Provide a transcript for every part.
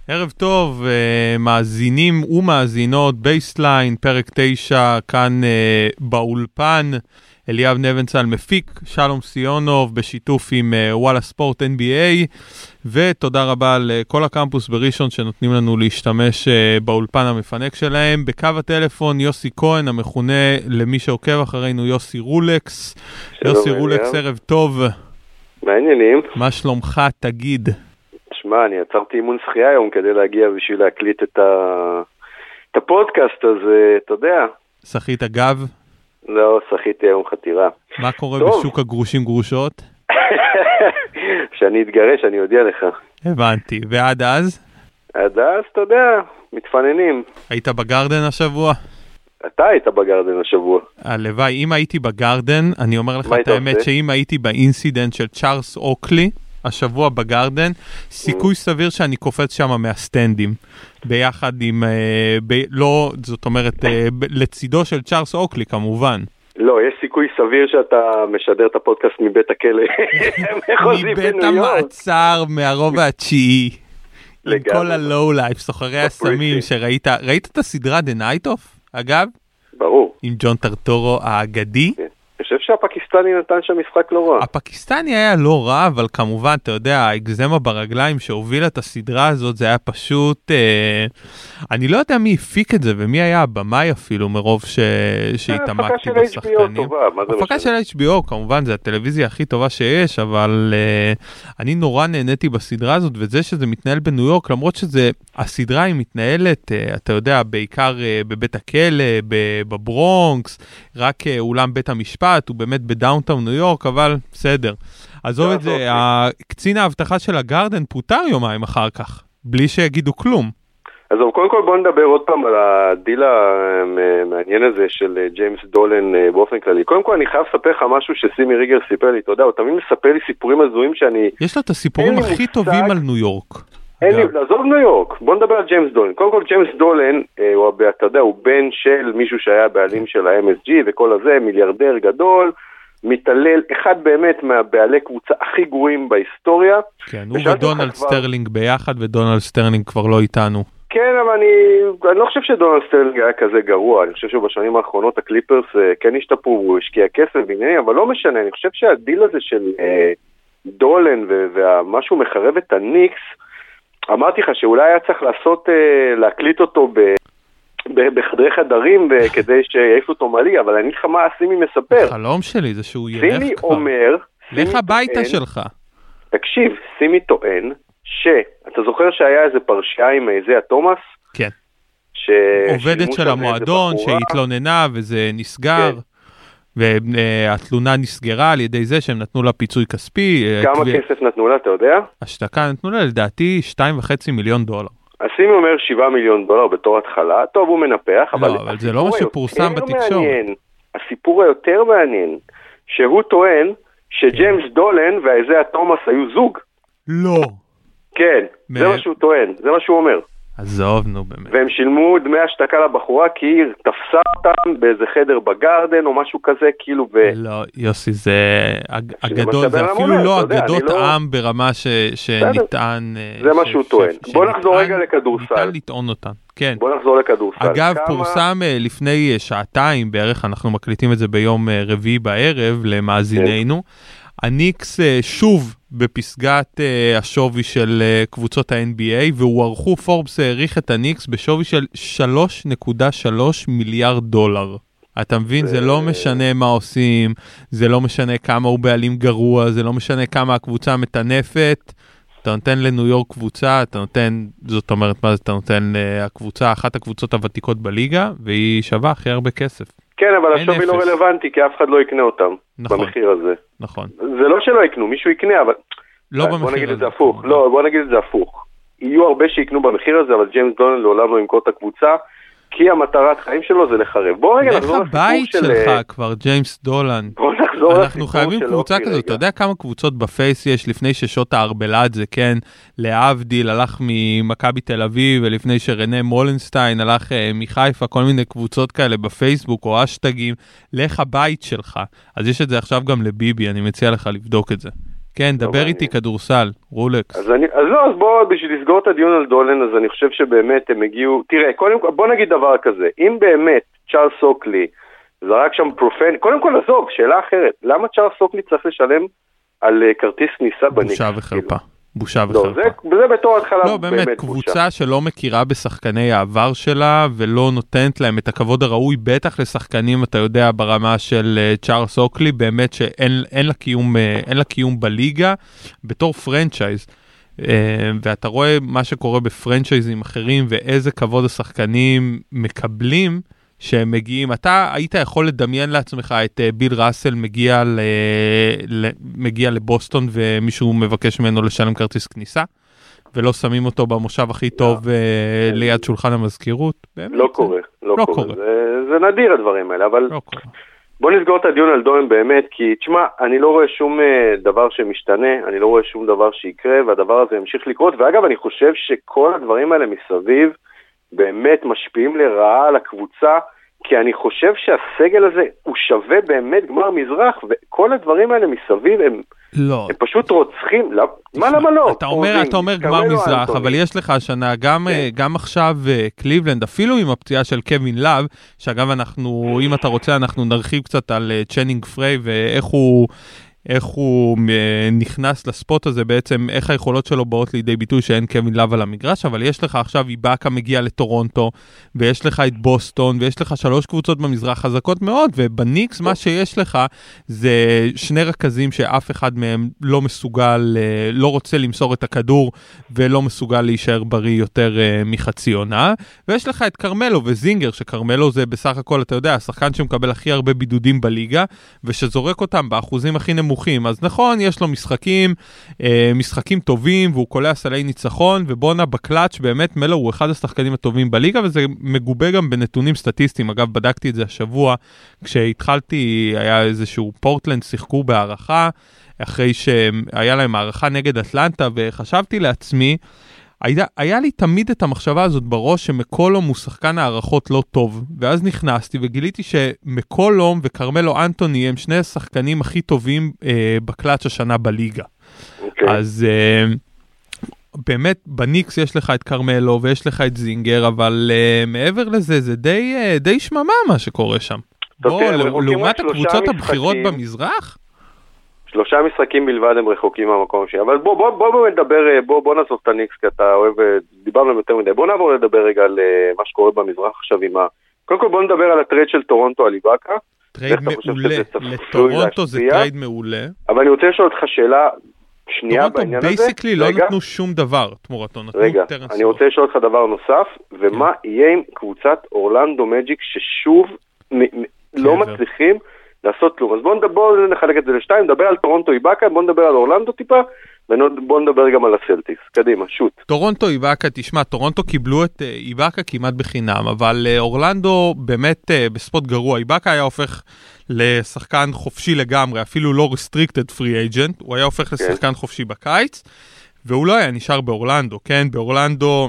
ערב טוב, מאזינים ומאזינות, בייסליין, פרק 9, כאן באולפן, אליאב נבנצל מפיק, שלום סיונוב, בשיתוף עם וואלה ספורט NBA, ותודה רבה לכל הקמפוס בראשון שנותנים לנו להשתמש באולפן המפנק שלהם. בקו הטלפון יוסי כהן, המכונה למי שעוקב אחרינו יוסי רולקס. יוסי רולקס, ערב טוב. מה העניינים? מה שלומך, תגיד? שמע, אני עצרתי אימון שחייה היום כדי להגיע בשביל להקליט את הפודקאסט, אז אתה יודע. שחית גב? לא, שחיתי היום חתירה. מה קורה בשוק הגרושים גרושות? כשאני אתגרש, אני אודיע לך. הבנתי, ועד אז? עד אז, אתה יודע, מתפננים. היית בגרדן השבוע? אתה היית בגרדן השבוע. הלוואי, אם הייתי בגרדן, אני אומר לך את האמת שאם הייתי באינסידנט של צ'ארלס אוקלי, השבוע בגרדן, סיכוי סביר שאני קופץ שם מהסטנדים, ביחד עם, לא, זאת אומרת, לצידו של צ'ארלס אוקלי כמובן. לא, יש סיכוי סביר שאתה משדר את הפודקאסט מבית הכלא. מבית המעצר, מהרובע התשיעי. עם כל הלואו לייף, סוחרי הסמים שראית, ראית את הסדרה The Night Of, אגב? ברור. עם ג'ון טרטורו האגדי. אני חושב שהפקיסטני נתן שם משחק לא רע. הפקיסטני היה לא רע, אבל כמובן, אתה יודע, האגזמה ברגליים שהוביל את הסדרה הזאת, זה היה פשוט, אני לא יודע מי הפיק את זה, ומי היה הבמאי אפילו, מרוב שהתעמקתי בשחקנים. הפקה של HBO, כמובן, זה הטלוויזיה הכי טובה שיש, אבל אני נורא נהניתי בסדרה הזאת, וזה שזה מתנהל בניו יורק, למרות שזה, הסדרה היא מתנהלת, אתה יודע, בעיקר בבית הכלא, בברונקס, רק אולם בית המשפט, הוא באמת בדאונטאון ניו יורק, אבל בסדר. עזוב את זה, קצין ההבטחה של הגרדן פוטר יומיים אחר כך, בלי שיגידו כלום. אז קודם כל בוא נדבר עוד פעם על הדיל המעניין הזה של ג'יימס דולן באופן כללי. קודם כל אני חייב לספר לך משהו שסימי ריגר סיפר לי, אתה יודע, הוא תמיד מספר לי סיפורים הזויים שאני... יש לו את הסיפורים הכי טובים על ניו יורק. עזוב ניו יורק, בוא נדבר על ג'יימס דולן. קודם כל ג'יימס דולן, אתה יודע, הוא בן של מישהו שהיה בעלים של ה-MSG וכל הזה, מיליארדר גדול, מתעלל, אחד באמת מהבעלי קבוצה הכי גרועים בהיסטוריה. כן, הוא ודונלד סטרלינג ביחד, ודונלד סטרלינג כבר לא איתנו. כן, אבל אני לא חושב שדונלד סטרלינג היה כזה גרוע, אני חושב שבשנים האחרונות הקליפרס כן השתפרו, הוא השקיע כסף בעניינים, אבל לא משנה, אני חושב שהדיל הזה של דולן ומשהו מחרב את הניקס, אמרתי לך שאולי היה צריך להקליט אותו בחדרי חדרים כדי שיעיפו אותו מהליגה, אבל אני חמה סימי מספר. החלום שלי זה שהוא ילך כבר. סימי אומר... לך הביתה שלך. תקשיב, סימי טוען אתה זוכר שהיה איזה פרשייה עם איזיה תומאס? כן. עובדת של המועדון שהתלוננה וזה נסגר. והתלונה נסגרה על ידי זה שהם נתנו לה פיצוי כספי. כמה כסף נתנו לה, אתה יודע? השתקה נתנו לה לדעתי $2.5 מיליון. הסימי אומר $7 מיליון בתור התחלה, טוב הוא מנפח, אבל זה לא מה שפורסם בתקשורת. הסיפור היותר מעניין, שהוא טוען שג'יימס דולן ואיזיה תומאס היו זוג. לא. כן, זה מה שהוא טוען, זה מה שהוא אומר. עזוב, נו באמת. והם שילמו דמי השתקה לבחורה כי היא תפסה אותם באיזה חדר בגרדן או משהו כזה, כאילו לא, יוסי, זה אגדות, זה אפילו לא אגדות עם ברמה שניתן... זה מה שהוא טוען. בוא נחזור רגע לכדורסל. ניתן לטעון אותם, כן. בוא נחזור לכדורסל. אגב, פורסם לפני שעתיים בערך, אנחנו מקליטים את זה ביום רביעי בערב למאזיננו, הניקס שוב בפסגת השווי של קבוצות ה-NBA, והוא ערכו, פורבס העריך את הניקס בשווי של $3.3 מיליארד. אתה מבין? זה לא משנה מה עושים, זה לא משנה כמה הוא בעלים גרוע, זה לא משנה כמה הקבוצה מטנפת, אתה נותן לניו יורק קבוצה, אתה נותן, זאת אומרת מה זה, אתה נותן הקבוצה, אחת הקבוצות הוותיקות בליגה, והיא שווה הכי הרבה כסף. כן, אבל השווי לא רלוונטי, כי אף אחד לא יקנה אותם במחיר הזה. נכון. זה לא שלא יקנו, מישהו יקנה, אבל... לא במחיר הזה. בוא נגיד את זה הפוך. לא, בוא נגיד את זה הפוך. יהיו הרבה שיקנו במחיר הזה, אבל ג'יימס דולן לעולם לא ימכור את הקבוצה, כי המטרת חיים שלו זה לחרב. בוא רגע נחזור לסיפור של... לך הבית שלך כבר, ג'יימס דולן. בוא נחזור לסיפור של... אנחנו חייבים קבוצה כזאת. אתה יודע כמה קבוצות בפייס יש לפני ששוטה ארבלד זה כן, להבדיל, הלך ממכבי תל אביב, ולפני שרנה מולנסטיין הלך מחיפה, כל מיני קבוצות כאלה בפייסבוק או אשטגים, לך הבית שלך. אז יש את זה עכשיו גם לביבי, אני מציע לך לבדוק את זה. כן, דבר איתי כדורסל, רולקס. אז בוא, בשביל לסגור את הדיון על דולן, אז אני חושב שבאמת הם הגיעו, תראה, קודם כל, בוא נגיד דבר כזה, אם באמת צ'ארלס אוקלי זרק שם פרופן, קודם כל עזוב, שאלה אחרת, למה צ'ארלס אוקלי צריך לשלם על כרטיס כניסה בניקס? בושה וחרפה. בושה וחרפה. זה בתור התחלה לא, באמת, קבוצה שלא מכירה בשחקני העבר שלה, ולא נותנת להם את הכבוד הראוי, בטח לשחקנים, אתה יודע, ברמה של צ'ארלס אוקלי, באמת שאין לה קיום בליגה, בתור פרנצ'ייז. ואתה רואה מה שקורה בפרנצ'ייזים אחרים, ואיזה כבוד השחקנים מקבלים, שהם מגיעים, אתה היית יכול לדמיין לעצמך את ביל ראסל מגיע לבוסטון ומישהו מבקש ממנו לשלם כרטיס כניסה, ולא שמים אותו במושב הכי טוב ליד שולחן המזכירות? לא קורה. זה נדיר הדברים האלה, אבל בוא נסגור את הדיון על דולן באמת, כי תשמע, אני לא רואה שום דבר שמשתנה, אני לא רואה שום דבר שיקרה, והדבר הזה ימשיך לקרות, ואגב אני חושב שכל הדברים האלה מסביב, באמת משפיעים לרעה על הקבוצה, כי אני חושב שהסגל הזה הוא שווה באמת גמר מזרח, וכל הדברים האלה מסביב הם פשוט רוצחים. למה לא? אתה אומר גמר מזרח, אבל יש לך השנה גם עכשיו קליבלנד, אפילו עם הפציעה של קווין לב, שאגב אם אתה רוצה אנחנו נרחיב קצת על צ'נינג פריי ואיך הוא נכנס לספוט הזה, בעצם איך היכולות שלו באות לידי ביטוי שאין קווין לב על המגרש, אבל יש לך עכשיו איבאקה מגיע לטורונטו, ויש לך את בוסטון, ויש לך 3 קבוצות במזרח חזקות מאוד, ובניקס מה שיש לך זה 2 רכזים שאף אחד מהם לא מסוגל, לא רוצה למסור את הכדור, ולא מסוגל להישאר בריא יותר מחצי עונה, ויש לך את קרמלו וזינגר, שקרמלו זה בסך הכל, אתה יודע, השחקן שמקבל הכי הרבה בידודים בליגה, ושזורק אותם באחוזים הכי נמוכים. אז נכון, יש לו משחקים טובים, והוא קולע סלי ניצחון, ובונה בקלאץ' באמת מלו הוא אחד השחקנים הטובים בליגה, וזה מגובה גם בנתונים סטטיסטיים. אגב, בדקתי את זה השבוע, כשהתחלתי, היה איזשהו פורטלנד, שיחקו בהערכה, אחרי שהיה להם הערכה נגד אטלנטה, וחשבתי לעצמי, היה לי תמיד את המחשבה הזאת בראש שמקולום הוא שחקן הערכות לא טוב, ואז נכנסתי וגיליתי שמקולום וקרמלו אנטוני הם 2 השחקנים הכי טובים בקלאץ' השנה בליגה. אז באמת בניקס יש לך את קרמלו ויש לך את זינגר, אבל מעבר לזה זה די שממה מה שקורה שם. לעומת הקבוצות הבכירות במזרח? 3 משחקים בלבד הם רחוקים מהמקום שלי, אבל בוא נדבר, בוא נעזוב את הניקס, כי אתה אוהב, דיברנו יותר מדי, בוא נעבור לדבר רגע על מה שקורה במזרח עכשיו קודם כל בוא נדבר על הטרייד של טורונטו על איבאקה. טרייד מעולה, לטורונטו זה טרייד מעולה. אבל אני רוצה לשאול אותך שאלה שנייה בעניין הזה. טורונטו בייסיקלי לא נתנו שום דבר תמורתו, נתנו טרנס. רגע, אני רוצה לשאול אותך דבר נוסף, ומה יהיה עם קבוצת אורלנדו מג'יק ששוב לא מצליחים לעשות כלום. אז בואו נחלק את זה לשתיים, נדבר על טורונטו איבאקה, בואו נדבר על אורלנדו טיפה, ובואו נדבר גם על הסלטיקס. קדימה, שוט. טורונטו איבאקה, תשמע, טורונטו קיבלו את איבאקה כמעט בחינם, אבל אורלנדו באמת בספוט גרוע. איבאקה היה הופך לשחקן חופשי לגמרי, אפילו לא restricted free agent, הוא היה הופך לשחקן חופשי בקיץ, והוא לא היה נשאר באורלנדו, כן? באורלנדו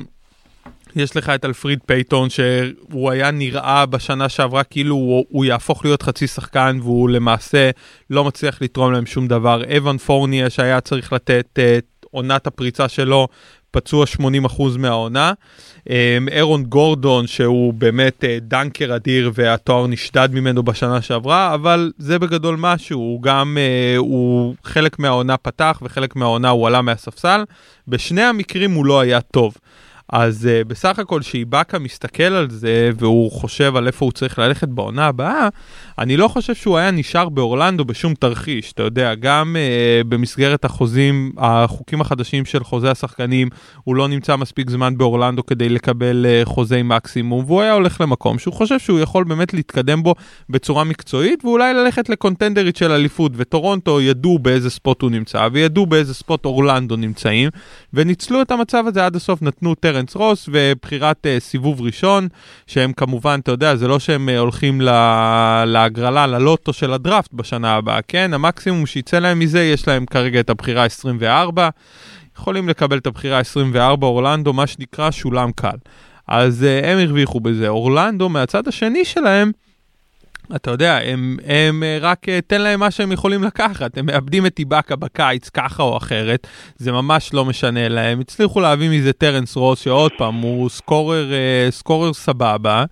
יש לך את אלפריד פייטון, שהוא היה נראה בשנה שעברה כאילו הוא יהפוך להיות חצי שחקן, והוא למעשה לא מצליח לתרום להם שום דבר. אבן פורניה שהיה צריך לתת עונת הפריצה שלו, פצוע 80% מהעונה. אירון גורדון שהוא באמת דנקר אדיר והתואר נשדד ממנו בשנה שעברה, אבל זה בגדול משהו, הוא גם, הוא חלק מהעונה פתח וחלק מהעונה הוא עלה מהספסל, בשני המקרים הוא לא היה טוב. אז בסך הכל שאיבאקה מסתכל על זה והוא חושב על איפה הוא צריך ללכת בעונה הבאה, אני לא חושב שהוא היה נשאר באורלנדו בשום תרחיש, אתה יודע, גם במסגרת החוקים החדשים של חוזי השחקנים, הוא לא נמצא מספיק זמן באורלנדו כדי לקבל חוזי מקסימום, והוא היה הולך למקום שהוא חושב שהוא יכול באמת להתקדם בו בצורה מקצועית, ואולי ללכת לקונטנדרית של אליפות, וטורונטו ידעו באיזה ספוט הוא נמצא, וידעו באיזה ספוט אורלנדו נמצאים, וניצלו את המצב הזה עד הסוף, נתנו טרנס רוס ובחירת סיבוב ראשון, שהם כמובן, אתה יודע, זה לא שהם הולכים להגרלה, ללוטו של הדראפט בשנה הבאה, כן? המקסימום שיצא להם מזה, יש להם כרגע את הבחירה 24, יכולים לקבל את הבחירה 24, אורלנדו, מה שנקרא שולם קל. אז הם הרוויחו בזה. אורלנדו, מהצד השני שלהם, אתה יודע, הם רק תן להם מה שהם יכולים לקחת, הם מאבדים את איבאקה בקיץ ככה או אחרת, זה ממש לא משנה להם, הצליחו להביא מזה טרנס רוס, שעוד פעם הוא סקורר סבבה,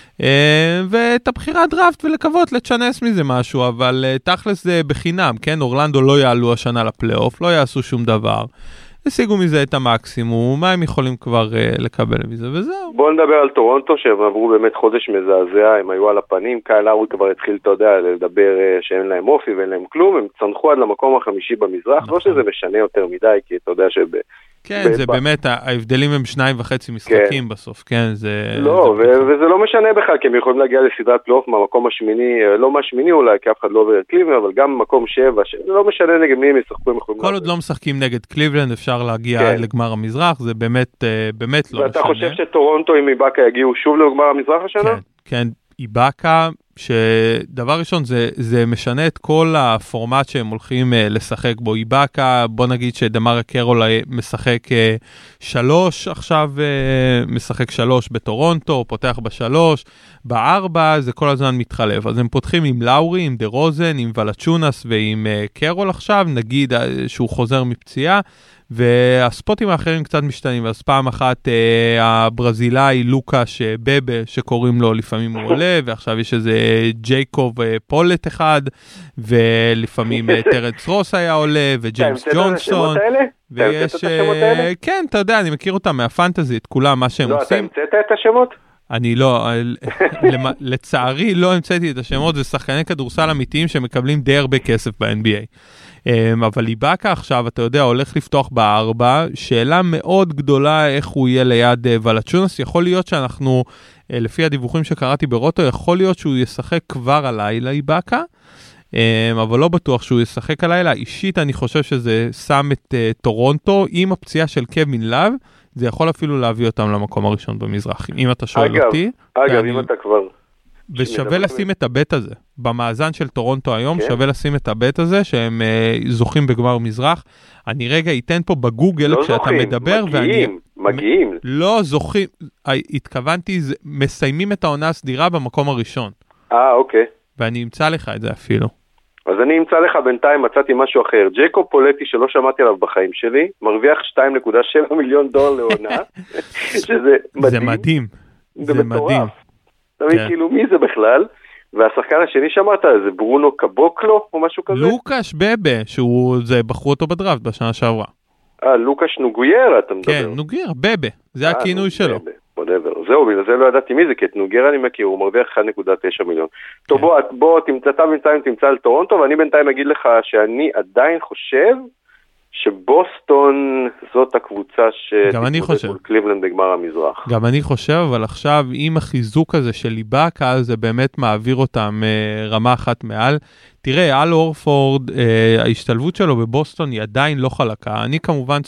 ואת הבחירת דראפט ולקוות לצ'נס מזה משהו, אבל תכלס זה בחינם, כן? אורלנדו לא יעלו השנה לפלייאוף, לא יעשו שום דבר. השיגו מזה את המקסימום, מה הם יכולים כבר לקבל מזה, וזהו. בואו נדבר על טורונטו, שהם עברו באמת חודש מזעזע, הם היו על הפנים, קייל לאורי כבר התחיל, אתה יודע, לדבר שאין להם אופי ואין להם כלום, הם צנחו עד למקום החמישי במזרח, לא שזה משנה יותר מדי, כי אתה יודע כן, זה באמת, ההבדלים הם 2.5 משחקים בסוף, כן, זה... לא, וזה לא משנה בכלל, כי הם יכולים להגיע לסדרת פלייאוף מהמקום השמיני, לא מהשמיני אולי, כי אף אחד לא עובר קליבלנד, אבל גם במקום 7, זה לא משנה נגד מי הם ישחקו, כל עוד לא משחקים נגד קליבלנד, אפשר להגיע עד לגמר המזרח, זה באמת לא משנה. ואתה חושב שטורונטו עם איבאקה יגיעו שוב לגמר המזרח השנה? כן, איבאקה, שדבר ראשון זה משנה את כל הפורמט שהם הולכים לשחק בו. איבאקה, בוא נגיד שדמר קרול משחק 3, עכשיו משחק 3 בטורונטו, פותח ב3, ב4, זה כל הזמן מתחלף. אז הם פותחים עם לאורי, עם דה רוזן, עם ולצ'ונס ועם קרול עכשיו, נגיד שהוא חוזר מפציעה, והספוטים האחרים קצת משתנים, אז פעם אחת הברזילאי לוקאש בבה שקוראים לו, לפעמים הוא עולה, ועכשיו יש איזה ג'ייקוב פולט אחד, ולפעמים טרנס רוס היה עולה, וג'יימס ג'ונסון, ויש, כן, אתה יודע, אני מכיר אותם מהפנטזי, את כולם, מה שהם עושים. לא, אתה המצאת את השמות? אני לא, לצערי לא המצאתי את השמות, זה שחקני כדורסל אמיתיים שמקבלים די הרבה כסף ב-NBA. אבל איבאקה עכשיו, אתה יודע, הולך לפתוח ב4, שאלה מאוד גדולה איך הוא יהיה ליד ולצ'ונס, יכול להיות שאנחנו, לפי הדיווחים שקראתי ברוטו, יכול להיות שהוא ישחק כבר הלילה איבאקה, אבל לא בטוח שהוא ישחק הלילה. אישית אני חושב שזה שם את טורונטו, עם הפציעה של קווין לאב, זה יכול אפילו להביא אותם למקום הראשון במזרח, אם אתה שואל אותי. אגב, אם אתה כבר... ושווה לשים את הבט הזה, במאזן של טורונטו היום, שווה לשים את הבט הזה, שהם זוכים בגמר מזרח. אני רגע אתן פה בגוגל, כשאתה מדבר, מגיעים. לא זוכים, התכוונתי, מסיימים את העונה הסדירה במקום הראשון. אוקיי. ואני אמצא לך את זה אפילו. אז אני אמצא לך בינתיים, מצאתי משהו אחר. ג'ייקוב פולטי, שלא שמעתי עליו בחיים שלי, מרוויח $2.7 מיליון לעונה, שזה מדהים. זה מדהים. זה מדהים. כאילו מי זה בכלל? והשחקן השני שמעת, זה ברונו קבוקלו או משהו כזה? לוקאש בבה, זה בחרו אותו בדראפט בשנה שעברה. לוקאש נוגוירה, אתה מדבר. כן, נוגוירה, בבה, זה הכינוי שלו. זהו, בגלל זה לא ידעתי מי זה, כי את נוגרה אני מכיר, הוא מרוויח 1.9 מיליון. טוב, בוא תמצא על טורונטו, ואני בינתיים אגיד לך שאני עדיין חושב שבוסטון זאת הקבוצה שתתמודד מול קליבלנד בגמר המזרח. גם אני חושב, אבל עכשיו עם החיזוק הזה של איבאקה, זה באמת מעביר אותם רמה אחת מעל. תראה, אל אורפורד, ההשתלבות שלו בבוסטון היא עדיין לא חלקה. אני כמובן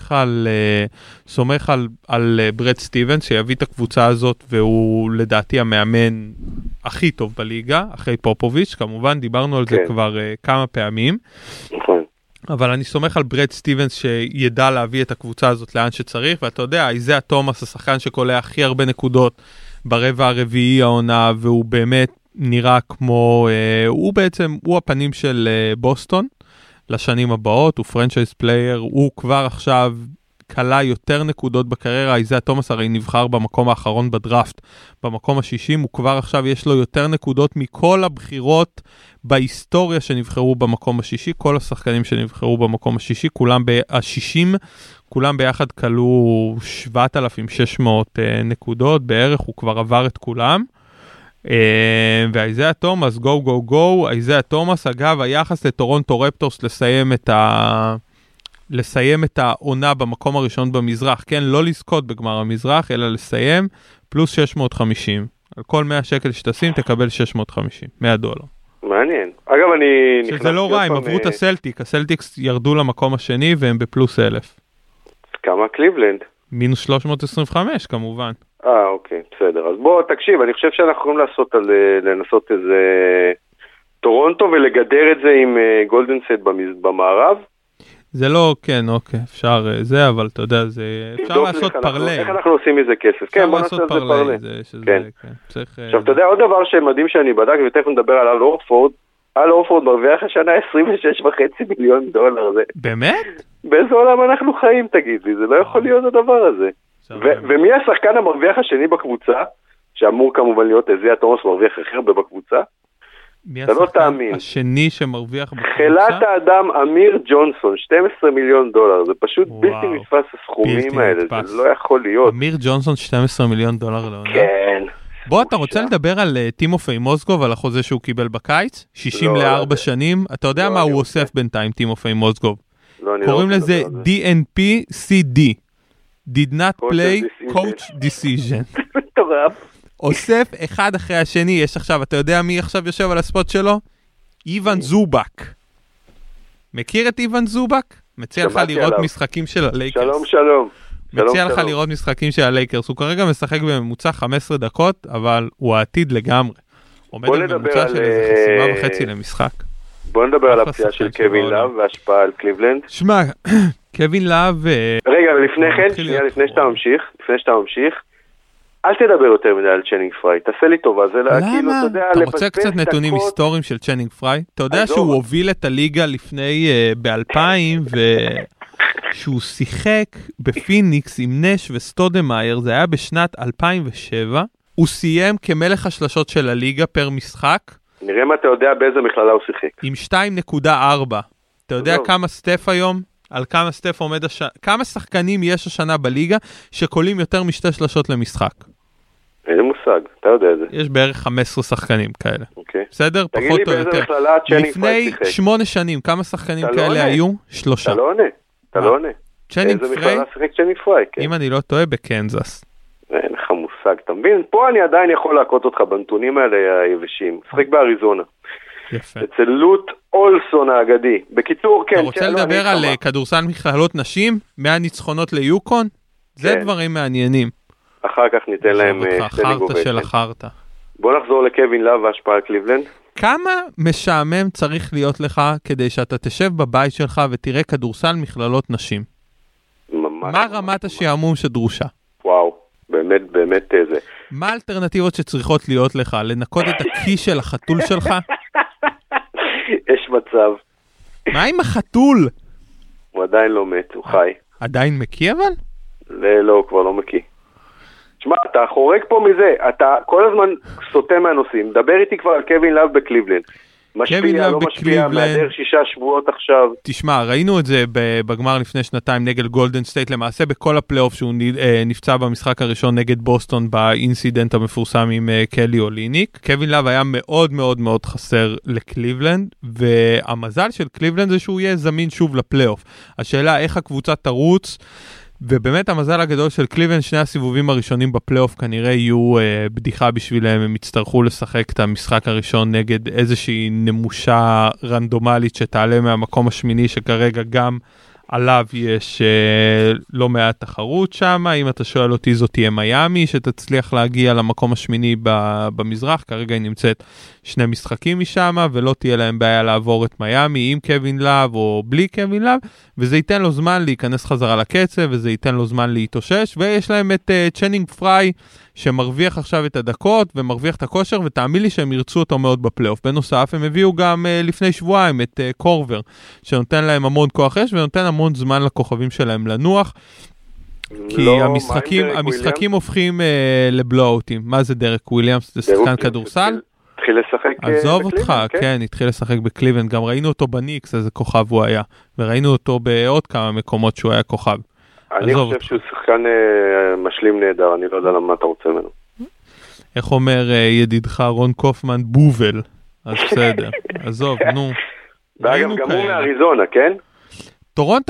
סומך על ברד סטיבנס, שיביא את הקבוצה הזאת, והוא לדעתי המאמן הכי טוב בליגה, אחרי פופוביץ', כמובן דיברנו על זה כבר כמה פעמים. נכון. אבל אני סומך על ברד סטיבנס שידע להביא את הקבוצה הזאת לאן שצריך, ואתה יודע, איזיה תומאס, השחקן שקולע הכי הרבה נקודות ברבע הרביעי העונה, והוא באמת נראה כמו, הוא הפנים של בוסטון לשנים הבאות, הוא פרנצ'ייז פלייר, הוא כבר עכשיו קלה יותר נקודות בקריירה, איזיה תומאס הרי נבחר במקום האחרון בדראפט, במקום ה-60, הוא כבר עכשיו יש לו יותר נקודות מכל הבחירות בהיסטוריה שנבחרו במקום ה-60, כל השחקנים שנבחרו במקום ה-60, כולם ה-60, כולם ביחד קלו 7,600 נקודות בערך, הוא כבר עבר את כולם, ואיזיה תומאס, גו, איזיה תומאס, אגב, היחס לטורונטו רפטורס לסיים את העונה במקום הראשון במזרח, כן, לא לזכות בגמר המזרח, אלא לסיים, פלוס 650. על כל 100 שקל שתשים, תקבל 650, $100. מעניין. אגב, אני... שזה לא רע, הם עברו את הסלטיקס ירדו למקום השני, והם בפלוס 1,000. כמה קליבלנד? מינוס 325, כמובן. אוקיי, בסדר. אז בוא, תקשיב, אני חושב שאנחנו יכולים לנסות איזה טורונטו, ולגדר את זה עם גולדן סט במערב. זה לא, כן, אוקיי, אפשר זה, אבל אתה יודע, אפשר לעשות פרלי. איך אנחנו עושים מזה כסף? כן, בוא נעשה את זה פרלי. עכשיו, אתה יודע, עוד דבר שמדהים שאני בדק, ותכף נדבר על אל אורפורד, אל אורפורד מרוויח השנה $26.5 מיליון. באמת? באיזה עולם אנחנו חיים, תגיד לי, זה לא יכול להיות הדבר הזה. ומי השחקן המרוויח השני בקבוצה, שאמור כמובן להיות איזיה תומאס מרוויח הכי הרבה בקבוצה? אתה לא תאמין. השני שמרוויח בקבוצה? חילת האדם אמיר ג'ונסון, $12 מיליון. זה פשוט בלתי נתפס הסכומים האלה, זה לא יכול להיות. אמיר ג'ונסון $12 מיליון לעונה? כן. בוא, אתה רוצה לדבר על טימופי מוזגוב, על החוזה שהוא קיבל בקיץ? 64 שנים. אתה יודע מה הוא אוסף בינתיים, טימופי מוזגוב? קוראים לזה DNP-CD. Did not play coach decision. אוסף אחד אחרי השני. יש עכשיו, אתה יודע מי עכשיו יושב על הספוט שלו? איוון זובק. מכיר את איוון זובק? מציע לך לראות משחקים של הלייקרס. שלום, שלום. מציע לך לראות משחקים של הלייקרס. הוא כרגע משחק בממוצע 15 דקות, אבל הוא העתיד לגמרי. עומד בממוצע של איזה חסימה וחצי למשחק. בוא נדבר על הפציעה של קווין לאב והשפעה על קליבלנד. שמע, קווין לאב... רגע, ולפני כן, שנייה, לפני שאתה ממשיך, אל תדבר יותר מדי על צ'נינג פריי, תעשה לי טובה, זה כאילו, אתה יודע, אתה רוצה קצת נתונים היסטוריים של צ'נינג פריי? אתה יודע שהוא הוביל את הליגה לפני ב-2000, ושהוא שיחק בפיניקס עם נש וסטודמאייר, זה היה בשנת 2007, הוא סיים כמלך השלשות של הליגה פר משחק. נראה מה אתה יודע באיזה מכללה הוא שיחק. עם 2.4. אתה יודע כמה סטף היום? על כמה סטף עומד כמה שחקנים יש השנה בליגה שקולים יותר משתי שלשות למשחק? אין מושג, אתה יודע את זה. יש בערך 15 שחקנים כאלה. אוקיי. בסדר? פחות או יותר. לפני 8 שנים, כמה שחקנים כאלה היו? 3. אתה לא עונה. צ'נינג פריי? איזה מכללה שיחק צ'נינג פריי, כן. אם אני לא טועה, בקנזס. אין לך מושג, אתה מבין? פה אני עדיין יכול להכות אותך בנתונים האלה היבשים. שחק באריזונה. יפה. אצל לוט אולסון האגדי. בקיצור, כן. אתה רוצה לדבר על כדורסל מכללות נשים? 100 ניצחונות ליוקון? זה דברים מעניינים. אחר כך ניתן להם חרטה של החרטה. בוא נחזור לקווין לאב והשפעה על קליבלנד. כמה משעמם צריך להיות לך כדי שאתה תשב בבית שלך ותראה כדורסל מכללות נשים? מה רמת השעמום שדרושה? וואו, באמת זה. מה האלטרנטיבות שצריכות להיות לך? לנקות את הכי של החתול שלך? יש מצב. מה עם החתול? הוא עדיין לא מת, הוא חי. עדיין מקיא אבל? לא, הוא כבר לא מקיא. תשמע, אתה חורג פה מזה, אתה כל הזמן סוטה מהנושאים. דבר איתי כבר על קווין לאב בקליבלנד. משפיע, לא משפיע, מהדר 6 שבועות עכשיו. תשמע, ראינו את זה בגמר לפני שנתיים נגד גולדן סטייט, למעשה בכל הפלייאוף שהוא נפצע במשחק הראשון נגד בוסטון באינסידנט המפורסם עם קלי אוליניק. קווין לאב היה מאוד מאוד מאוד חסר לקליבלנד, והמזל של קליבלנד זה שהוא יהיה זמין שוב לפלייאוף. השאלה איך הקבוצה תרוץ, ובאמת המזל הגדול של קליבלנד, שני הסיבובים הראשונים בפלייאוף כנראה יהיו בדיחה בשבילם, הם יצטרכו לשחק את המשחק הראשון נגד איזושהי נמושה רנדומלית שתעלה מהמקום השמיני, שכרגע גם עליו יש לא מעט תחרות שם. אם אתה שואל אותי, זאת תהיה מיימי שתצליח להגיע למקום השמיני במזרח, כרגע היא נמצאת 2 משחקים משם, ולא תהיה להם בעיה לעבור את מיימי עם קווין לאב או בלי קווין לאב, וזה ייתן לו זמן להיכנס חזרה לקצב, וזה ייתן לו זמן להתאושש, ויש להם את צ'נינג פריי שמרוויח עכשיו את הדקות ומרוויח את הכושר, ותאמין לי שהם ירצו אותו מאוד בפלייאוף. בנוסף, הם הביאו גם לפני שבועיים את קורבר, שנותן להם המון כוח אש, ונותן המון זמן לכוכבים שלהם לנוח, כי המשחקים הופכים לבלואוטים. מה זה דרק וויליאמס? זה שחקן כדורסל? התחיל לשחק עזוב אותך, כן, התחיל לשחק בקליבלנד, גם ראינו אותו בניקס, איזה כוכב הוא היה, וראינו אותו בעוד כמה מקומות שהוא היה כוכב. אני חושב שהוא שחקן משלים נהדר, אני לא יודע למה אתה רוצה ממנו. איך אומר ידידך רון קופמן? בובל. אז בסדר, עזוב, נו. ואגב, גם הוא מאריזונה, כן? טורונטו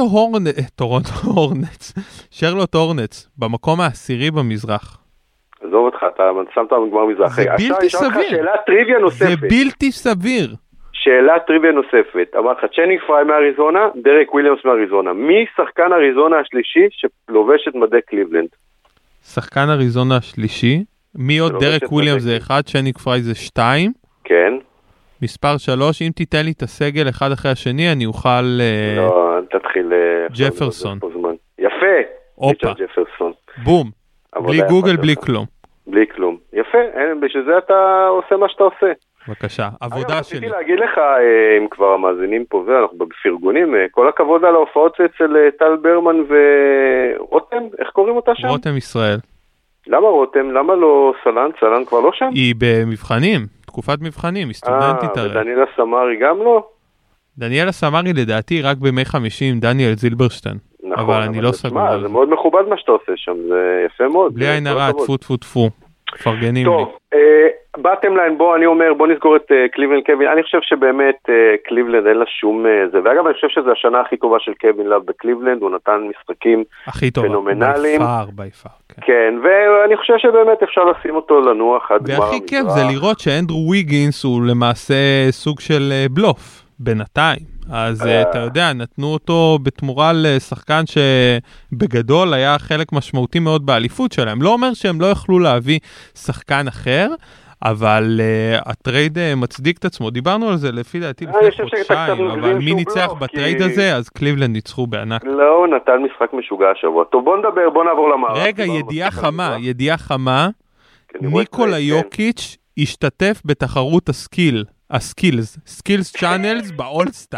הורנץ, שרלוט הורנץ, במקום העשירי במזרח. עזוב אותך, אתה שמת בגמר מזרח. זה בלתי סביר. שאלה טריוויה נוספת. זה בלתי סביר. שאלה טריוויה נוספת. אמרת לך, צ'נינג פריי מאריזונה, דרק וויליאמס מאריזונה. מי שחקן אריזונה השלישי שלובש את מדי קליבלנד? שחקן אריזונה השלישי? מי עוד? דרק וויליאמס זה 1, צ'נינג פריי זה 2. כן. מספר 3, אם תיתן לי את הסגל אחד אחרי השני, אני אוכל... לא, תתחיל מתחיל... ג'פרסון. יפה. אופה. ג'פרסון. בום. בלי גוגל, בלי כלום. בלי כלום. יפה, בשביל זה אתה עושה מה שאתה עושה. בבקשה, עבודה שלי. רציתי להגיד לך, אם כבר המאזינים פה אנחנו בפרגונים, כל הכבוד על ההופעות אצל טל ברמן ורותם, איך קוראים אותה שם? רותם ישראל. למה רותם? למה לא סלן? סלן כבר לא שם? היא במבחנים, תקופת מבחנים, היא סטודנטית הרי. ודניאלה סמרי גם לא? דניאלה סמרי לדעתי רק בימי 50, דניאל זילברשטיין. נכון, אבל אני לא סגור. זה מאוד מכובד מה שאתה עושה שם, זה יפה מאוד. בלי עין הרע, טפו טפו טפו. פרגנים לי. טוב, באתם להם, בוא נסגור את קליבלנד קווין. אני חושב שבאמת קליבלנד אין לה שום זה, ואגב אני חושב שזו השנה הכי טובה של קווין לאב בקליבלנד, הוא נתן משחקים פנומנליים. ביפר. כן, ואני חושב שבאמת אפשר לשים אותו לנוח עד גמר המזרח. והכי כיף זה לראות שאנדרו ויגינס הוא למעשה סוג של בלוף, בינתיים. אז אתה יודע, נתנו אותו בתמורה לשחקן שבגדול היה חלק משמעותי מאוד באליפות שלהם. לא אומר שהם לא יכלו להביא שחקן אחר, אבל הטרייד מצדיק את עצמו. דיברנו על זה לפי דעתי לפני חודשיים, אבל מי ניצח בטרייד הזה? אז קליבלנד ניצחו בענק. לא, הוא נתן משחק משוגע השבוע. טוב, בוא נעבור למערב. רגע, ידיעה חמה. ניקולה יוקיץ' השתתף בתחרות סקילס צ'אנלס באולסטאר.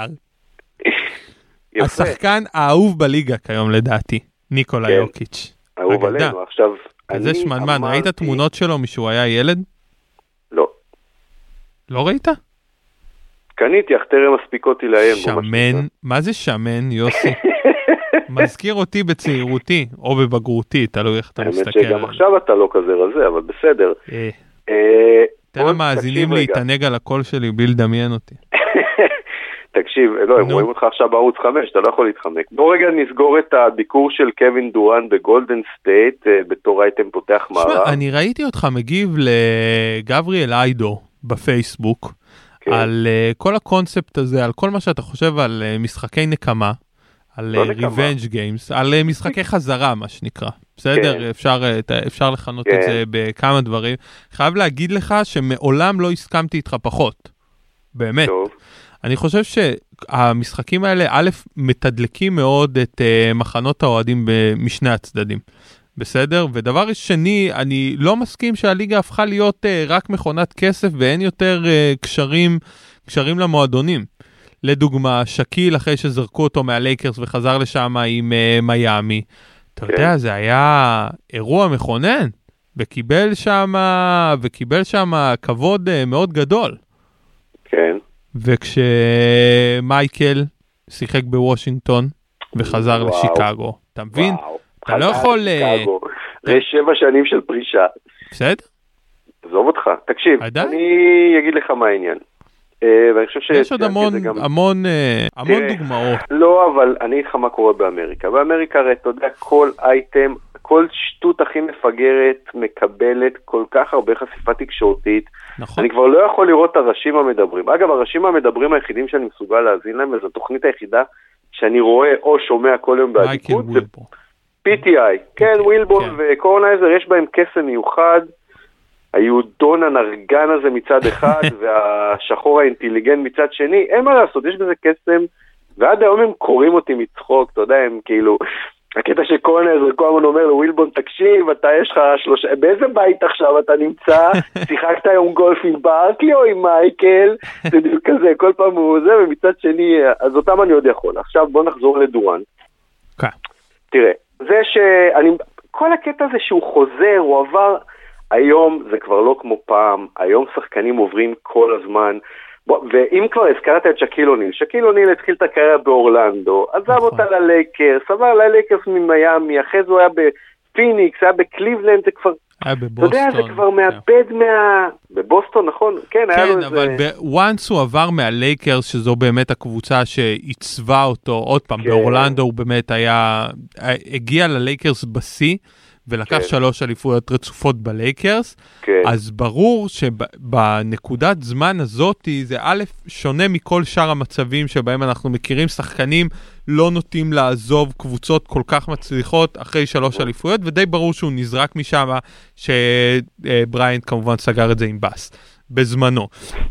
השחקן האהוב בליגה כיום לדעתי, ניקולה יוקיץ'. אהוב עלינו, עכשיו... כזה שמנמן, ראית תמונות שלו משהוא היה ילד? לא. לא ראית? קניתי, אך טרם מספיקותי להם. שמן? מה זה שמן, יוסי? מזכיר אותי בצעירותי, או בבגרותי, תלוי איך אתה מסתכל. האמת שגם עכשיו אתה לא כזה רזה, אבל בסדר. תן למאזינים להתענג על הקול שלי בלי לדמיין אותי. תקשיב, לא, הם רואים אותך עכשיו בערוץ 5, אתה לא יכול להתחמק. בוא רגע נסגור את הביקור של קווין דורן בגולדן סטייט, בתור אייטם פותח מערב. שמע, אני ראיתי אותך מגיב לגבריאל איידו בפייסבוק, על כל הקונספט הזה, על כל מה שאתה חושב על משחקי נקמה, על ריבנג' גיימס, על משחקי חזרה, מה שנקרא. בסדר, אפשר לכנות את זה בכמה דברים. חייב להגיד לך שמעולם לא הסכמתי איתך פחות. באמת. אני חושב שהמשחקים האלה, א', מתדלקים מאוד את מחנות האוהדים משני הצדדים. בסדר? ודבר שני, אני לא מסכים שהליגה הפכה להיות רק מכונת כסף ואין יותר קשרים למועדונים. לדוגמה, שקיל אחרי שזרקו אותו מהלייקרס וחזר לשם עם מיאמי. אתה יודע, זה היה אירוע מכונן, וקיבל שם כבוד מאוד גדול. כן. וכשמייקל שיחק בוושינגטון וחזר לשיקגו, אתה מבין? אתה לא יכול... זה 7 שנים של פרישה. בסדר? עזוב אותך. תקשיב, אני אגיד לך מה העניין. יש עוד המון דוגמאות. לא, אבל אני איתך מה קורה באמריקה. באמריקה, אתה יודע, כל אייטם, כל שטות הכי מפגרת מקבלת כל כך הרבה חשיפה תקשורתית. נכון. אני כבר לא יכול לראות את הראשים המדברים. אגב, הראשים המדברים היחידים שאני מסוגל להזין להם, וזו התוכנית היחידה שאני רואה או שומע כל יום בעדיפות, זה PTI. כן, ווילבורן וקורנייזר, יש בהם קסם מיוחד. היהודון הנרגן הזה מצד אחד, והשחור האינטליגנט מצד שני, אין מה לעשות, יש בזה קסם, ועד היום הם קוראים אותי מצחוק, אתה יודע, הם כאילו, הקטע שקורנר, כל הזמן אומר לווילבון, תקשיב, אתה יש לך 3, באיזה בית עכשיו אתה נמצא? שיחקת היום גולף עם ברקלי או עם מייקל? זה כזה, כל פעם הוא זה, ומצד שני, אז אותם אני עוד יכול. עכשיו בוא נחזור לדורן. תראה, זה כל הקטע הזה שהוא חוזר, הוא עבר, היום זה כבר לא כמו פעם, היום שחקנים עוברים כל הזמן, ואם כבר הזכרת את שקיל אוניל, שקיל אוניל התחיל את הקריירה באורלנדו, עזב אותה ללייקרס, עבר ללייקרס ממיאמי, אחרי זה הוא היה בפיניקס, היה בקליבלנד, זה כבר, אתה יודע, זה כבר מאבד בבוסטון, נכון? כן, אבל once הוא עבר מהלייקרס, שזו באמת הקבוצה שעיצבה אותו, עוד פעם, באורלנדו הוא באמת הגיע ללייקרס בסי, ולקח 3 אליפויות רצופות בלייקרס, אז ברור שבנקודת זמן הזאת, זה א' שונה מכל שאר המצבים שבהם אנחנו מכירים שחקנים לא נוטים לעזוב קבוצות כל כך מצליחות אחרי 3 אליפויות, ודי ברור שהוא נזרק משם, שבריינט כמובן סגר את זה עם בס, בזמנו.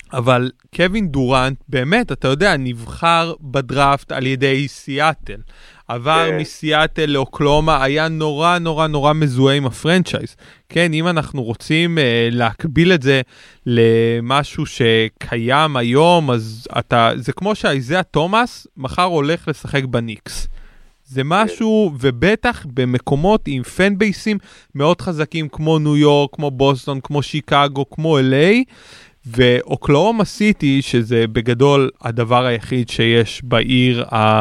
אבל קווין דורנט, באמת, אתה יודע, נבחר בדראפט על ידי סיאטל. עבר מסיאטל לאוקלאומה, היה נורא נורא נורא מזוהה עם הפרנצ'ייז. כן, אם אנחנו רוצים להקביל את זה למשהו שקיים היום, אז זה כמו שאיזיה תומאס מחר הולך לשחק בניקס. זה משהו, ובטח במקומות עם פן בייסים מאוד חזקים, כמו ניו יורק, כמו בוסטון, כמו שיקגו, כמו LA, ואוקלאומה סיטי, שזה בגדול הדבר היחיד שיש בעיר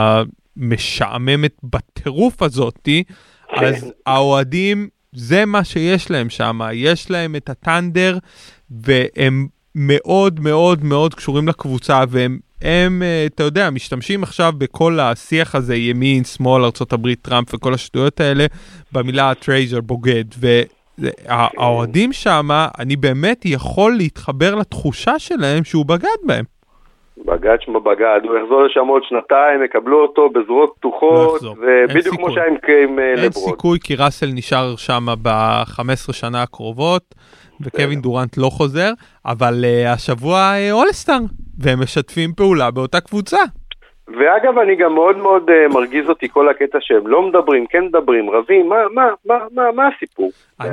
המשעממת בטירוף הזאתי, אז האוהדים, זה מה שיש להם שם, יש להם את הטנדר, והם מאוד מאוד מאוד קשורים לקבוצה, והם, אתה יודע, משתמשים עכשיו בכל השיח הזה, ימין, שמאל, ארצות הברית, טראמפ וכל השטויות האלה, במילה טרייזר, בוגד, והאוהדים שם, אני באמת יכול להתחבר לתחושה שלהם שהוא בגד בהם. בגד שמה בגד, הוא יחזור לשם עוד שנתיים, יקבלו אותו בזרועות פתוחות, ובדיוק כמו שהיה עם לברון. אין סיכוי, כי ראסל נשאר שם ב-15 שנה הקרובות, וקווין דורנט לא חוזר, אבל השבוע אולסטאר, והם משתפים פעולה באותה קבוצה. ואגב, אני גם מאוד מאוד מרגיז אותי כל הקטע שהם לא מדברים, כן מדברים, רבים, מה הסיפור?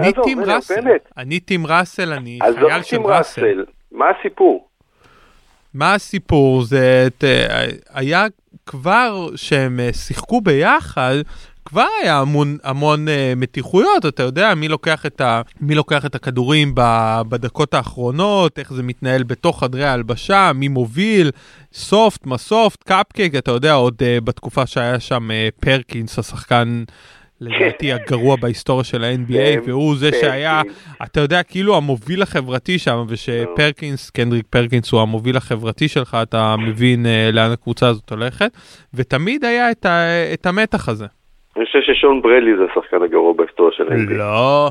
אני טים ראסל, אני חייל של ראסל. מה הסיפור? מה הסיפור? זה היה כבר שהם שיחקו ביחד, כבר היה המון מתיחויות, אתה יודע, מי לוקח את הכדורים בדקות האחרונות, איך זה מתנהל בתוך חדרי ההלבשה, מי מוביל, סופט, מסופט, קאפקייק, אתה יודע, עוד בתקופה שהיה שם פרקינס, השחקן לדעתי הגרוע בהיסטוריה של ה-NBA, והוא זה שהיה, אתה יודע, כאילו המוביל החברתי שם, ושפרקינס, קנדריק פרקינס הוא המוביל החברתי שלך, אתה מבין לאן הקבוצה הזאת הולכת, ותמיד היה את המתח הזה. אני חושב ששון ברדלי זה השחקן הגרוע בהיסטוריה של ה-NBA. לא,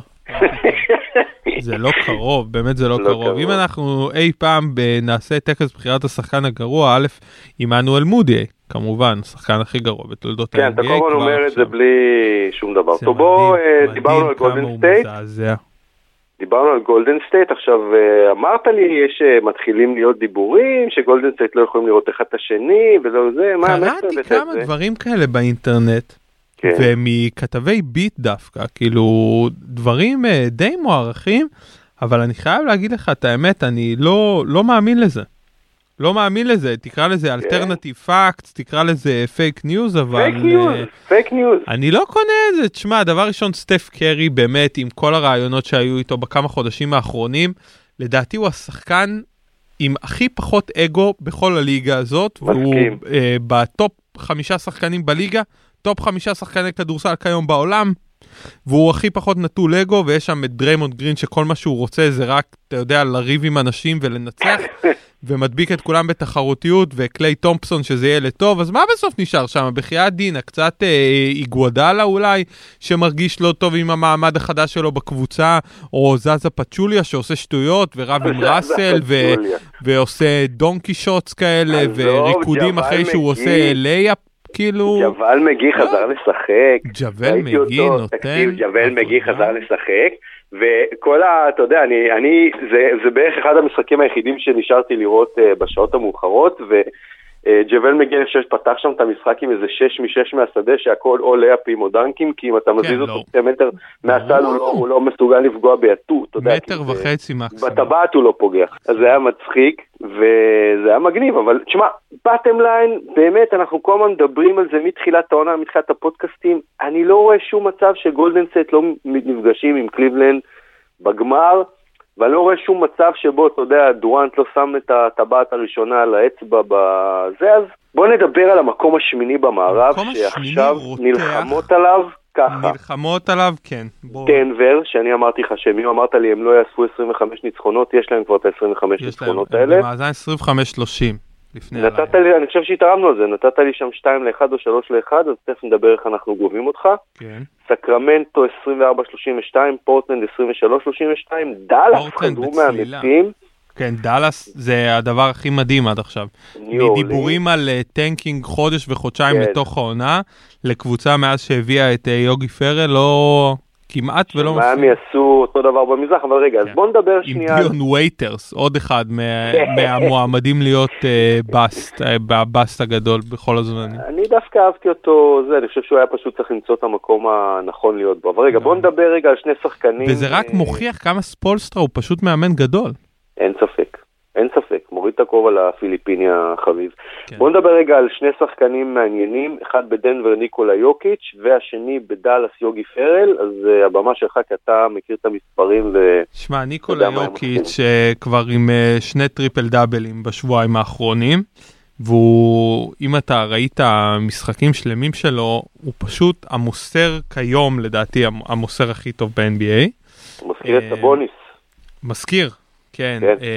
זה לא קרוב, באמת זה לא קרוב. אם אנחנו אי פעם נעשה טקס בחירת השחקן הגרוע, א', עמנואל מודיי, כמובן, השחקן הכי גרוע בתולדות ה-NBA. כן, אתה כל הזמן אומר את זה בלי שום דבר. טוב, בוא, דיברנו על גולדן סטייט. דיברנו על גולדן סטייט, עכשיו אמרת לי, מתחילים להיות דיבורים, שגולדן סטייט לא יכולים לראות אחד את השני, ולא זה, מה המסר? קראתי כמה דברים כאלה באינטרנט, ומכתבי ביט דווקא, כאילו דברים די מוערכים, אבל אני חייב להגיד לך את האמת, אני לא מאמין לזה. לא מאמין לזה, תקרא לזה אלטרנטיב פאקטס, תקרא לזה פייק ניוז, אבל... פייק ניוז. אני לא קונה את זה, תשמע, דבר ראשון, סטף קרי, באמת, עם כל הרעיונות שהיו איתו בכמה חודשים האחרונים, לדעתי הוא השחקן עם הכי פחות אגו בכל הליגה הזאת, והוא בטופ 5 שחקנים בליגה, טופ 5 שחקני כדורסל כיום בעולם, והוא הכי פחות נטול אגו, ויש שם את דריימונד גרין שכל מה שהוא רוצה זה רק, אתה יודע, לריב עם אנשים ולנצח, ומדביק את כולם בתחרותיות, וקליי תומפסון שזה יהיה לטוב, אז מה בסוף נשאר שם? בחייאת דינה, קצת איגוודלה אולי, שמרגיש לא טוב עם המעמד החדש שלו בקבוצה, או זזה פצ'וליה שעושה שטויות, ורב עם ראסל, ועושה דונקי שוטס כאלה, וריקודים אחרי שהוא עושה לייפ, כאילו... ג'בל מגי חזר לשחק. ג'בל מגי נותן... ג'בל מגי חזר לשחק, וכל אתה יודע, זה בערך אחד המשחקים היחידים שנשארתי לראות בשעות המאוחרות, וג'בל מגי אני חושב שפתח שם את המשחק עם איזה 6 מ-6 מהשדה, שהכל או לאפים או דנקים, כי אם אתה מזיז אותו 2 מטר מהסל, הוא לא מסוגל לפגוע ביתו, אתה יודע. 1.5 מטר מקסימום. בטבעת הוא לא פוגע. אז זה היה מצחיק, וזה היה מגניב, אבל תשמע, בטם ליין, באמת אנחנו כל הזמן מדברים על זה מתחילת העונה, מתחילת הפודקאסטים, אני לא רואה שום מצב שגולדן סטייט לא נפגשים עם קליבלנד בגמר, ואני לא רואה שום מצב שבו, אתה יודע, דורנט לא שם את הטבעת הראשונה על האצבע בזה, אז בוא נדבר על המקום השמיני במערב, שעכשיו נלחמות עליו ככה. נלחמות עליו, כן. דנבר, שאני אמרתי לך שהם אמרת לי, הם לא יאספו 25 ניצחונות, יש להם כבר את ה-25 ניצחונות האלה. יש להם, במאזן 25-30. נתת לי, אני חושב שהתארמנו על זה, נתת לי שם 2-1 או 3-1, אז תכף נדבר איך אנחנו גובים אותך. כן. סקרמנטו 24-32, פורטלנד 23-32, דאלאס חזרו מהמתים. כן, דאלאס זה הדבר הכי מדהים עד עכשיו. מדיבורים על טנקינג חודש וחודשיים לתוך העונה, לקבוצה מאז שהביאה את יוגי פרל, לא... כמעט ולא מפסיד. מיאמי עשו אותו דבר במזרח, אבל רגע, אז בוא נדבר שנייה. עם דיון וייטרס, עוד אחד מהמועמדים להיות בבאסט הגדול בכל הזמנים. אני דווקא אהבתי אותו, אני חושב שהוא היה פשוט צריך למצוא את המקום הנכון להיות בו. אבל רגע, בוא נדבר רגע על שני שחקנים. וזה רק מוכיח כמה ספולסטרה הוא פשוט מאמן גדול. אין ספק. אין ספק, מוריד את הכובע לפיליפיני החביב. כן. בוא נדבר רגע על שני שחקנים מעניינים, אחד בדנבר ניקולה יוקיץ' והשני בדלס יוגי פרל, אז הבמה שלך כי אתה מכיר את המספרים שמע, ניקולה יוקיץ' כבר עם שני טריפל דאבלים בשבועיים האחרונים, והוא, אם אתה ראית משחקים שלמים שלו, הוא פשוט המוסר כיום לדעתי המוסר הכי טוב ב-NBA. הוא מזכיר את סבוניס. מזכיר. כן,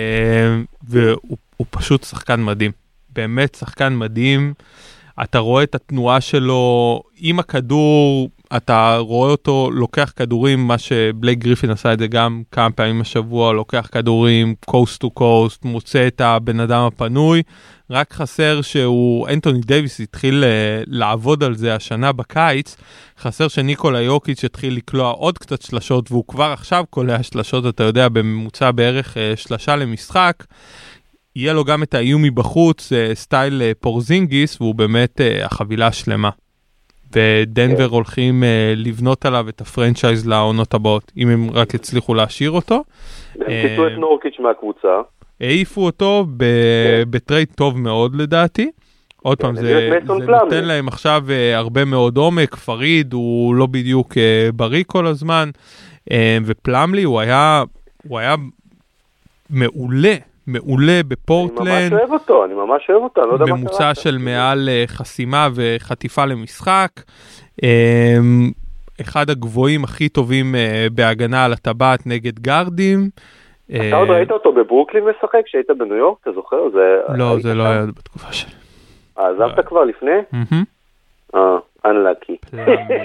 והוא פשוט שחקן מדהים, באמת שחקן מדהים, אתה רואה את התנועה שלו עם הכדור, אתה רואה אותו לוקח כדורים, מה שבלייק גריפין עשה את זה גם כמה פעמים השבוע, לוקח כדורים קוסט טו קוסט, מוצא את הבן אדם הפנוי, רק חסר שהוא, אנטוני דייביס התחיל לעבוד על זה השנה בקיץ, חסר שניקולה יוקיץ' התחיל לקלוע עוד קצת שלשות, והוא כבר עכשיו קולע שלשות, אתה יודע, בממוצע בערך שלשה למשחק, יהיה לו גם את האיום מבחוץ, סטייל פורזינגיס, והוא באמת החבילה השלמה. ודנבר הולכים לבנות עליו את הפרנצ'ייז לעונות הבאות, אם הם רק הצליחו להשאיר אותו. הם קיטו את נורקיץ' מהקבוצה. העיפו אותו בטרייד טוב מאוד לדעתי. עוד פעם, זה נותן להם עכשיו הרבה מאוד עומק, פריד הוא לא בדיוק בריא כל הזמן, ופלמלי הוא היה מעולה בפורטלנד. אני ממש אוהב אותו, ממוצע של מעל חסימה וחטיפה למשחק, אחד הגבוהים הכי טובים בהגנה על הטבעת נגד גארדים. אתה עוד ראית אותו בברוקלין משחק כשהיית בניו יורק, אתה זוכר? לא, זה לא היה בתקופה שלי. עזבת כבר לפני? unlucky.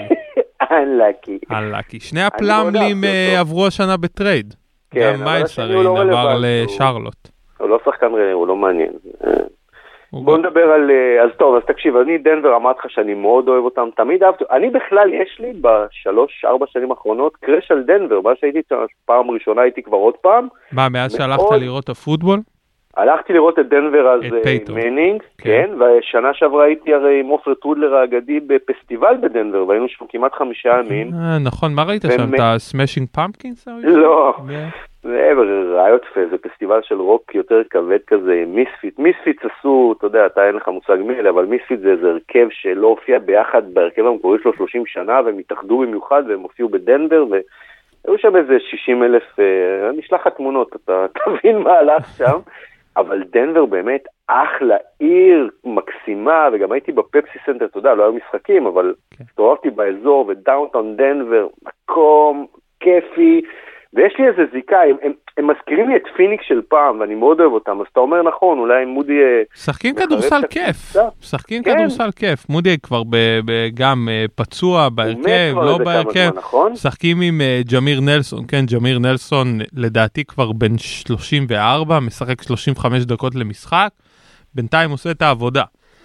שני הפלמלים עברו השנה בטרייד. גם מיילס הרי עבר לשרלוט. הוא לא שחקן רעי, הוא לא מעניין. בוא נדבר על, אז טוב, אז תקשיב, אני דנבר אמרתי לך שאני מאוד אוהב אותם, תמיד אהבתי, אני בכלל יש לי ב3-4 שנים האחרונות קרש על דנבר, מה שהייתי פעם ראשונה הייתי כבר עוד פעם. מה, מאז שהלכת לראות הפוטבול? הלכתי לראות את דנבר אז מנינג, כן, ושנה שעברה הייתי הרי עם עופר טרודלר האגדי בפסטיבל בדנבר, והיינו שם כמעט 5 ימים. נכון, מה ראית שם? את הסמאשינג פאמפקינס? לא, זה ראיות פה, זה פסטיבל של רוק יותר כבד כזה, מיספיץ עשו, אתה יודע, אתה אין לך מושג מילה, אבל מיספיץ זה איזה הרכב שלא הופיע ביחד בהרכב המקורי שלו 30 שנה, והם התאחדו במיוחד, והם הופיעו בדנבר, והיו שם איזה 60,000, אני אשלח לך תמונות, אתה תבין מה הלך שם. אבל דנבר באמת אחלה עיר מקסימה, וגם הייתי בפפסי סנטר, אתה יודע, לא היו משחקים, אבל הסתובבתי באזור, ודאונטאון דנבר, מקום כיפי, ויש לי איזה זיקה, הם מזכירים לי את פיניקס של פעם, ואני מאוד אוהב אותם, אז אתה אומר נכון, אולי מודי... שחקים כדורסל כיף, שחקים כדורסל כיף, מודי כבר גם פצוע בהרכב, לא בהרכב, שחקים עם ג'מיר נלסון, כן, ג'מיר נלסון לדעתי כבר בן 34, משחק 35 דקות למשחק, בינתיים עושה את העבודה.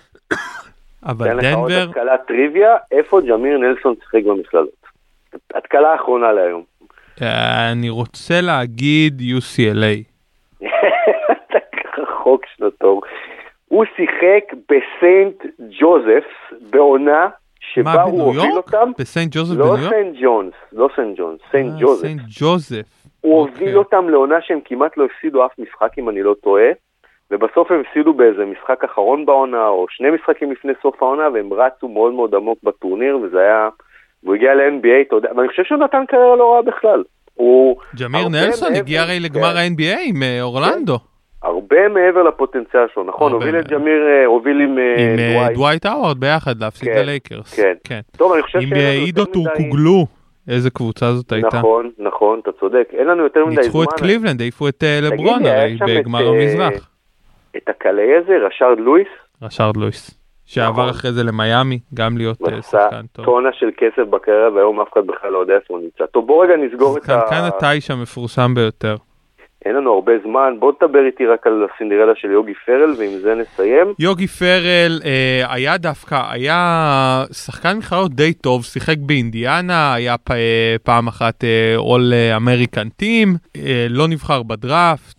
אבל דנבר... תן לך עוד התקלה טריוויה, איפה ג'מיר נלסון שיחק במכללות? התקלה האחרונה להיום. אני רוצה להגיד UCLA. אתה רחוק שנתור. הוא שיחק בסנט ג'וזפס בעונה שבה הוא הוביל אותם. בסנט ג'וזף בניו יורק? לא סנט ג'ונס, סנט ג'וזף. סנט ג'וזף. הוא הוביל אותם לעונה שהם כמעט לא הפסידו אף משחק אם אני לא טועה, ובסוף הם הפסידו באיזה משחק אחרון בעונה או 2 משחקים לפני סוף העונה, והם רצו מאוד מאוד עמוק בטורניר, וזה היה... והוא הגיע ל-NBA, אתה יודע, ואני חושב שהוא נתן קריירה לא רעה בכלל. ג'מיר נלסון הגיע הרי לגמר ה-NBA עם אורלנדו. הרבה מעבר לפוטנציאל שלו, נכון, הוביל את ג'מיר, הוביל עם דווייט האוורד ביחד להפסיד ללייקרס. כן. טוב, אני חושב עם עידו טורקוגלו, איזה קבוצה זאת הייתה. נכון, אתה צודק. אין לנו יותר מדי זמן. ניצחו את קליבלנד, העיפו את לברון הרי בגמר המזרח. את הקלעי הזה, רשארד לואיס. שעבר אחרי זה למיימי, גם להיות שחקן טוב. טונה של כסף בקריירה, והיום אף אחד בכלל לא יודע איפה הוא נמצא. טוב, בוא רגע נסגור את שחקן הטייש המפורסם ביותר. אין לנו הרבה זמן, בוא תדבר איתי רק על הסינדרלה של יוגי פרל, ועם זה נסיים. יוגי פרל היה דווקא, היה שחקן מכללות די טוב, שיחק באינדיאנה, היה פעם אחת All American Team, לא נבחר בדראפט,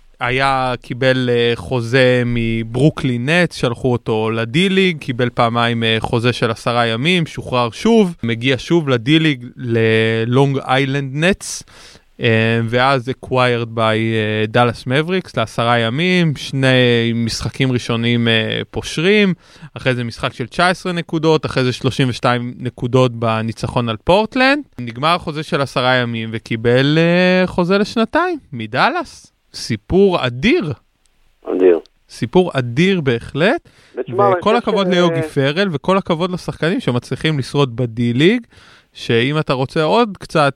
קיבל חוזה מברוקלין נטס, שלחו אותו לדי-ליג, קיבל פעמיים חוזה של 10 ימים, שוחרר שוב, מגיע שוב לדי-ליג ללונג איילנד נטס, ואז acquired by דאלאס מבריקס ל10 ימים, 2 משחקים ראשונים פושרים, אחרי זה משחק של 19 נקודות, אחרי זה 32 נקודות בניצחון על פורטלנד, נגמר החוזה של 10 ימים וקיבל חוזה לשנתיים מדאלאס. סיפור אדיר. אדיר. סיפור אדיר בהחלט, וכל הכבוד ליוגי פרל, וכל הכבוד לשחקנים שמצליחים לשרוד בדי-ליג, שאם אתה רוצה עוד קצת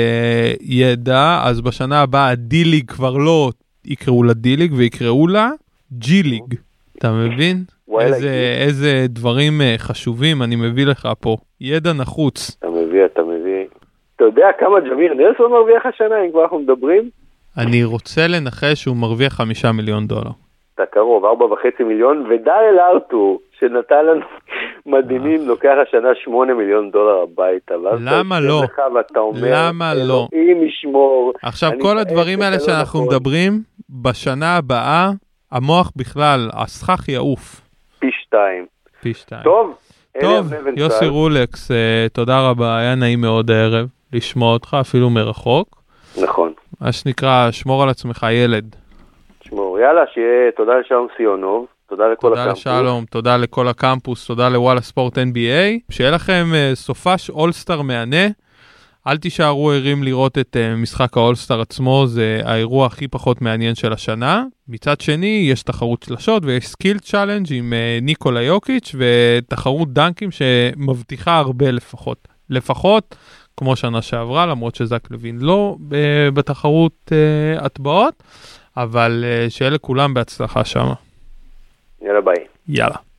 ידע, אז בשנה הבאה הדי-ליג כבר לא יקראו לה די-ליג, ויקראו לה ג'י-ליג. אתה מבין? איזה דברים חשובים אני מביא לך פה. ידע נחוץ. אתה מביא. אתה יודע כמה ג'מיר נלסון מרוויח השנה, אם כבר אנחנו מדברים? אני רוצה לנחש שהוא מרוויח $5 מיליון. אתה קרוב, 4.5 מיליון, ודארל ארתור, שנתן לנו מדהימים, לוקח השנה $8 מיליון הביתה. למה לא? למה לא? אלוהים ישמור. עכשיו, כל הדברים האלה שאנחנו מדברים, בשנה הבאה, המוח בכלל, הסכך יעוף. פי 2. טוב, יוסי רולקס, תודה רבה, היה נעים מאוד הערב, לשמוע אותך אפילו מרחוק. נכון. מה שנקרא, שמור על עצמך ילד. שמור, יאללה, שיהיה, תודה לשלום סיונוב, תודה לכל הקמפוס. תודה לשלום, תודה לכל הקמפוס, תודה לוואלה ספורט NBA, שיהיה לכם סופש אולסטאר מענה, אל תישארו ערים לראות את משחק האולסטאר עצמו, זה האירוע הכי פחות מעניין של השנה, מצד שני יש תחרות שלשות ויש סקיל צ'אלנג' עם ניקולה יוקיץ' ותחרות דנקים שמבטיחה הרבה לפחות, כמו שנה שעברה, למרות שזק לוין לא בתחרות הטבעות, אבל שיהיה לכולם בהצלחה שם. יאללה ביי. יאללה.